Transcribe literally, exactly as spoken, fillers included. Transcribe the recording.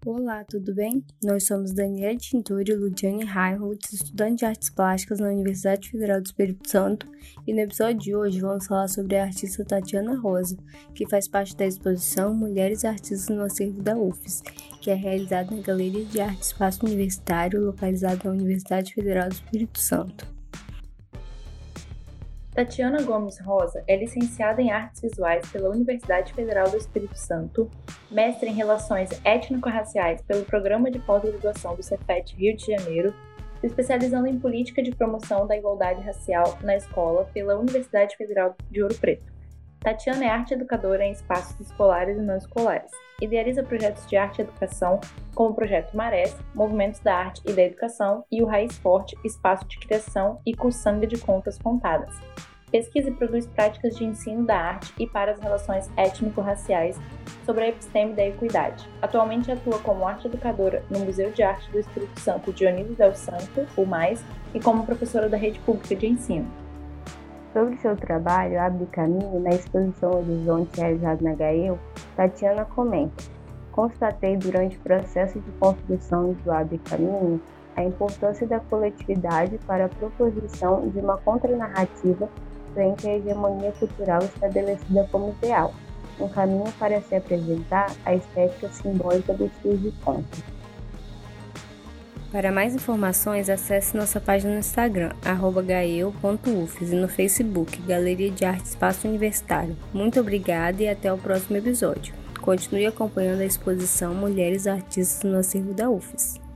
Olá, tudo bem? Nós somos Daniela Tintura e Ludiane Reinholtz, estudantes de artes plásticas na Universidade Federal do Espírito Santo, e no episódio de hoje vamos falar sobre a artista Tatiana Rosa, que faz parte da exposição Mulheres Artistas no Acervo da U F S, que é realizada na Galeria de Arte Espaço Universitário, localizada na Universidade Federal do Espírito Santo. Tatiana Gomes Rosa é licenciada em Artes Visuais pela Universidade Federal do Espírito Santo, mestre em Relações Étnico-Raciais pelo Programa de Pós-Graduação do Cefet Rio de Janeiro, se especializando em Política de Promoção da Igualdade Racial na Escola pela Universidade Federal de Ouro Preto. Tatiana é arte educadora em espaços escolares e não escolares. Idealiza projetos de arte e educação, como o Projeto Marés, Movimentos da Arte e da Educação, e o Raiz Forte, Espaço de Criação e Cuçanga de Contas Contadas. Pesquisa e produz práticas de ensino da arte e para as relações étnico-raciais sobre a episteme da equidade. Atualmente atua como arte educadora no Museu de Arte do Espírito Santo Dionísio Del Santo, o mais, e como professora da Rede Pública de Ensino. Sobre seu trabalho Abre Caminho, na exposição Horizonte realizada na H E U, Tatiana comenta: constatei durante o processo de construção do Abre Caminho a importância da coletividade para a proposição de uma contranarrativa frente à hegemonia cultural estabelecida como ideal, um caminho para se apresentar a estética simbólica dos fios de conta. Para mais informações, acesse nossa página no Instagram, arroba gaeu ponto u f s, e no Facebook, Galeria de Arte Espaço Universitário. Muito obrigada e até o próximo episódio. Continue acompanhando a exposição Mulheres Artistas no Acervo da U F S.